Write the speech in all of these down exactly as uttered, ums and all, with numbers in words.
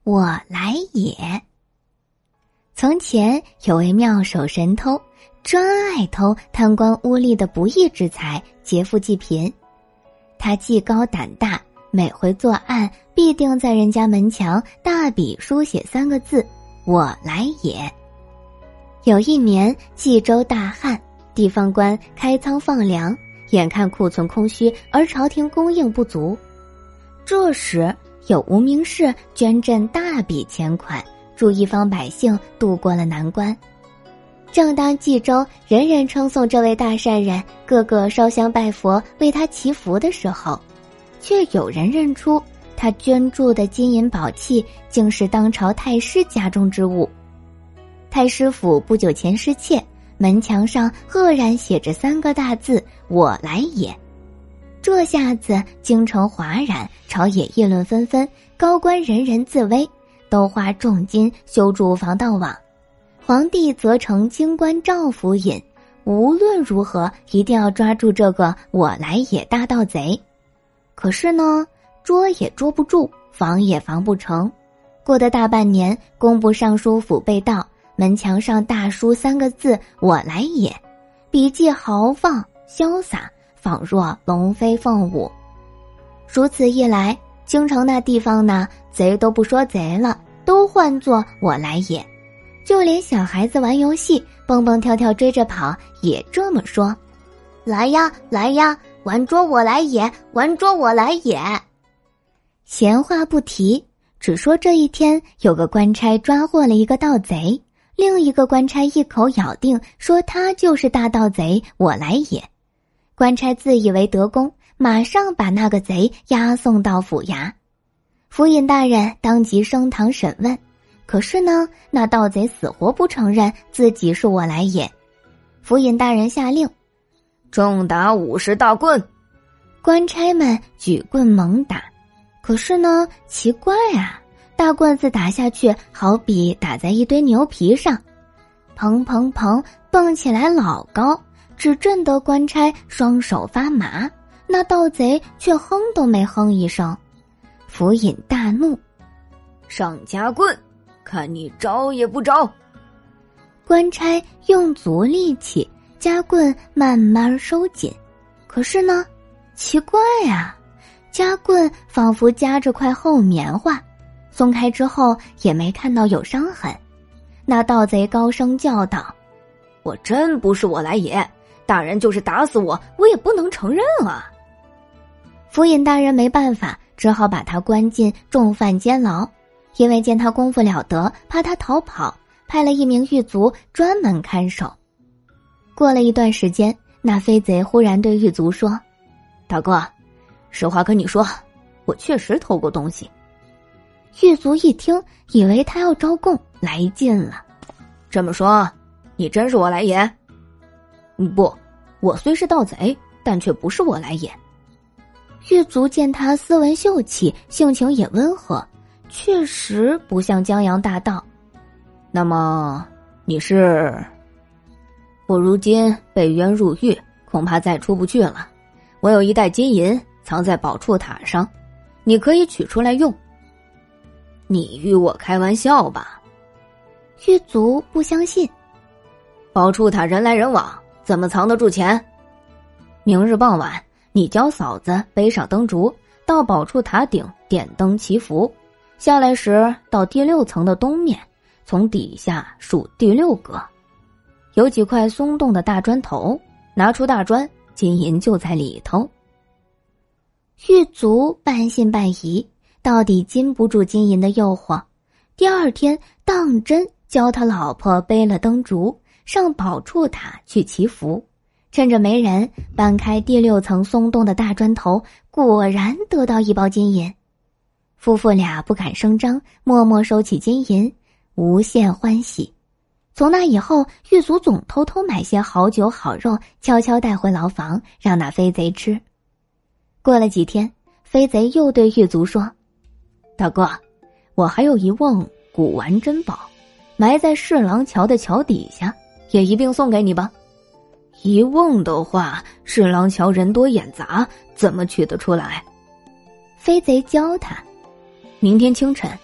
我来也。从前有位妙手神偷，专爱偷贪官污吏的不义之财，劫富济贫。他既高胆大，每回作案必定在人家门墙大笔书写三个字：我来也。有一年冀州大旱，地方官开仓放粮，眼看库存空虚，而朝廷供应不足。这时有无名氏捐赠大笔钱款，助一方百姓渡过了难关。正当冀州人人称颂这位大善人，个个烧香拜佛为他祈福的时候，却有人认出他捐助的金银宝器竟是当朝太师家中之物。太师府不久前失窃，门墙上赫然写着三个大字：我来也。这下子京城哗然，朝野议论纷纷，高官人人自危，都花重金修筑防盗网。皇帝责成京官赵府尹，无论如何一定要抓住这个我来也大盗贼。可是呢，捉也捉不住，防也防不成。过得大半年，工部尚书府被盗，门墙上大书三个字：我来也，笔迹豪放潇洒，仿若龙飞凤舞。如此一来，京城那地方呢，贼都不说贼了，都唤作我来也。就连小孩子玩游戏，蹦蹦跳跳追着跑，也这么说：来呀来呀，玩捉我来也，玩捉我来也。闲话不提，只说这一天有个官差抓获了一个盗贼，另一个官差一口咬定说他就是大盗贼我来也。官差自以为得功，马上把那个贼押送到府衙。府尹大人当即升堂审问，可是呢，那盗贼死活不承认自己是我来也。府尹大人下令，重打五十大棍。官差们举棍猛打，可是呢，奇怪啊，大棍子打下去好比打在一堆牛皮上，砰砰砰蹦起来老高，只震得官差双手发麻，那盗贼却哼都没哼一声。府尹大怒，上加棍，看你招也不招。官差用足力气，夹棍慢慢收紧，可是呢，奇怪啊，夹棍仿佛夹着块厚棉花，松开之后也没看到有伤痕。那盗贼高声叫道：我真不是我来也，大人就是打死我，我也不能承认啊。府尹大人没办法，只好把他关进重犯监牢。因为见他功夫了得，怕他逃跑，派了一名狱卒专门看守。过了一段时间，那飞贼忽然对狱卒说：大哥，实话跟你说，我确实偷过东西。狱卒一听，以为他要招供，来劲了。这么说，你真是我来也？不，我虽是盗贼，但却不是我来也。狱卒见他斯文秀气，性情也温和，确实不像江洋大盗。那么你是？我如今被冤入狱，恐怕再出不去了。我有一袋金银藏在宝柱塔上，你可以取出来用。你与我开玩笑吧？狱卒不相信。宝柱塔人来人往，怎么藏得住钱？明日傍晚，你教嫂子背上灯烛，到宝柱塔顶点灯祈福，下来时到第六层的东面，从底下数第六格，有几块松动的大砖头，拿出大砖，金银就在里头。狱卒半信半疑，到底禁不住金银的诱惑。第二天当真教他老婆背了灯烛，上宝柱塔去祈福，趁着没人，搬开第六层松动的大砖头，果然得到一包金银。夫妇俩不敢声张，默默收起金银，无限欢喜。从那以后，狱卒总偷偷买些好酒好肉，悄悄带回牢房，让那飞贼吃。过了几天，飞贼又对狱卒说：大哥，我还有一瓮古玩珍宝，埋在侍郎桥的桥底下，也一并送给你吧。一瓮的话，侍郎桥人多眼杂，怎么取得出来？飞贼教他，明天清晨，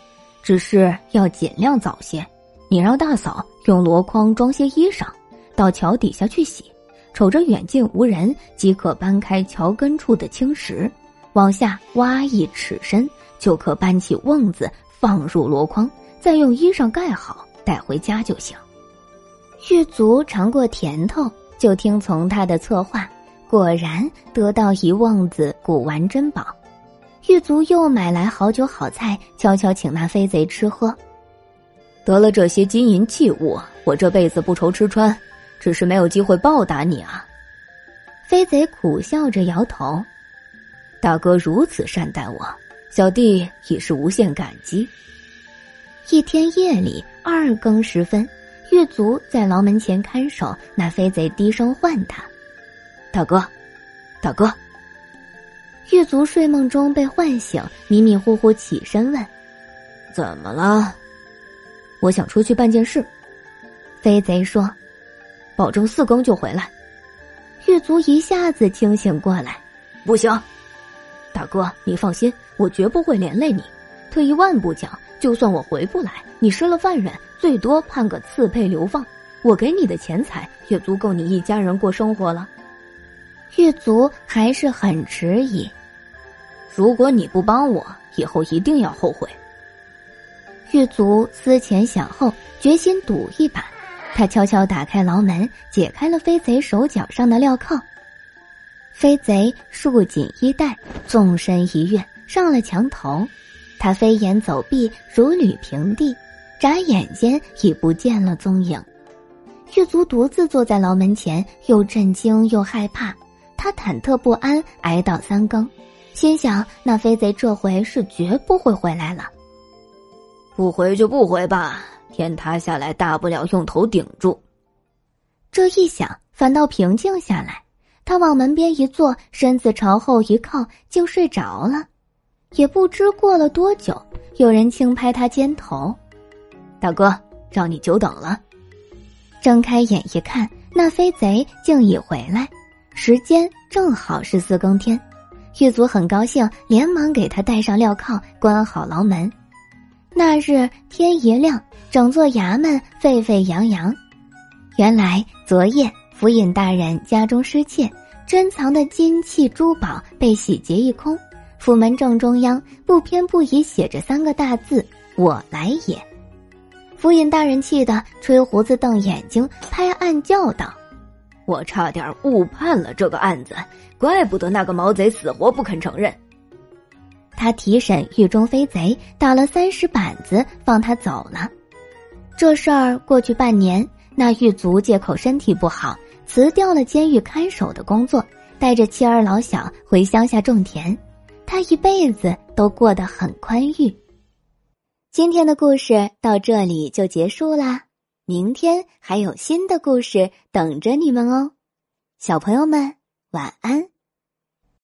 只是要尽量早些。你让大嫂用箩筐装些衣裳，到桥底下去洗，瞅着远近无人，即可搬开桥根处的青石，往下挖一尺深，就可搬起瓮子放入箩筐，再用衣裳盖好，带回家就行。狱卒尝过甜头，就听从他的策划，果然得到一瓮子古玩珍宝。狱卒又买来好酒好菜，悄悄请那飞贼吃喝。得了这些金银器物，我这辈子不愁吃穿，只是没有机会报答你啊。飞贼苦笑着摇头，大哥如此善待我，小弟已是无限感激。一天夜里二更时分，狱卒在牢门前看守，那飞贼低声唤他：大哥，大哥。狱卒睡梦中被唤醒，迷迷糊糊起身问：怎么了？我想出去办件事。飞贼说：保证四更就回来。狱卒一下子清醒过来：不行，大哥你放心，我绝不会连累你。退一万步讲，就算我回不来，你失了犯人，最多判个刺配流放，我给你的钱财也足够你一家人过生活了。狱卒还是很迟疑：如果你不帮我，以后一定要后悔。狱卒思前想后，决心赌一把。他悄悄打开牢门，解开了飞贼手脚上的镣铐。飞贼束紧衣带，纵身一跃，上了墙头。他飞檐走壁，如履平地，眨眼间已不见了踪影。狱卒独自坐在牢门前，又震惊又害怕。他忐忑不安，挨到三更，心想那飞贼这回是绝不会回来了。不回就不回吧，天塌下来大不了用头顶住。这一想，反倒平静下来。他往门边一坐，身子朝后一靠，竟睡着了。也不知过了多久，有人轻拍他肩头：大哥，让你久等了。睁开眼一看，那飞贼竟已回来，时间正好是四更天。狱卒很高兴，连忙给他戴上镣铐，关好牢门。那日天一亮，整座衙门沸沸扬扬。原来昨夜府尹大人家中失窃，珍藏的金器珠宝被洗劫一空，府门正中央不偏不倚写着三个大字：我来也。府尹大人气得吹胡子瞪眼睛，拍案叫道：我差点误判了这个案子，怪不得那个毛贼死活不肯承认。他提审狱中飞贼，打了三十板子，放他走了。这事儿过去半年，那狱卒借口身体不好，辞掉了监狱看守的工作，带着妻儿老小回乡下种田。他一辈子都过得很宽裕。今天的故事到这里就结束啦，明天还有新的故事等着你们哦。小朋友们，晚安。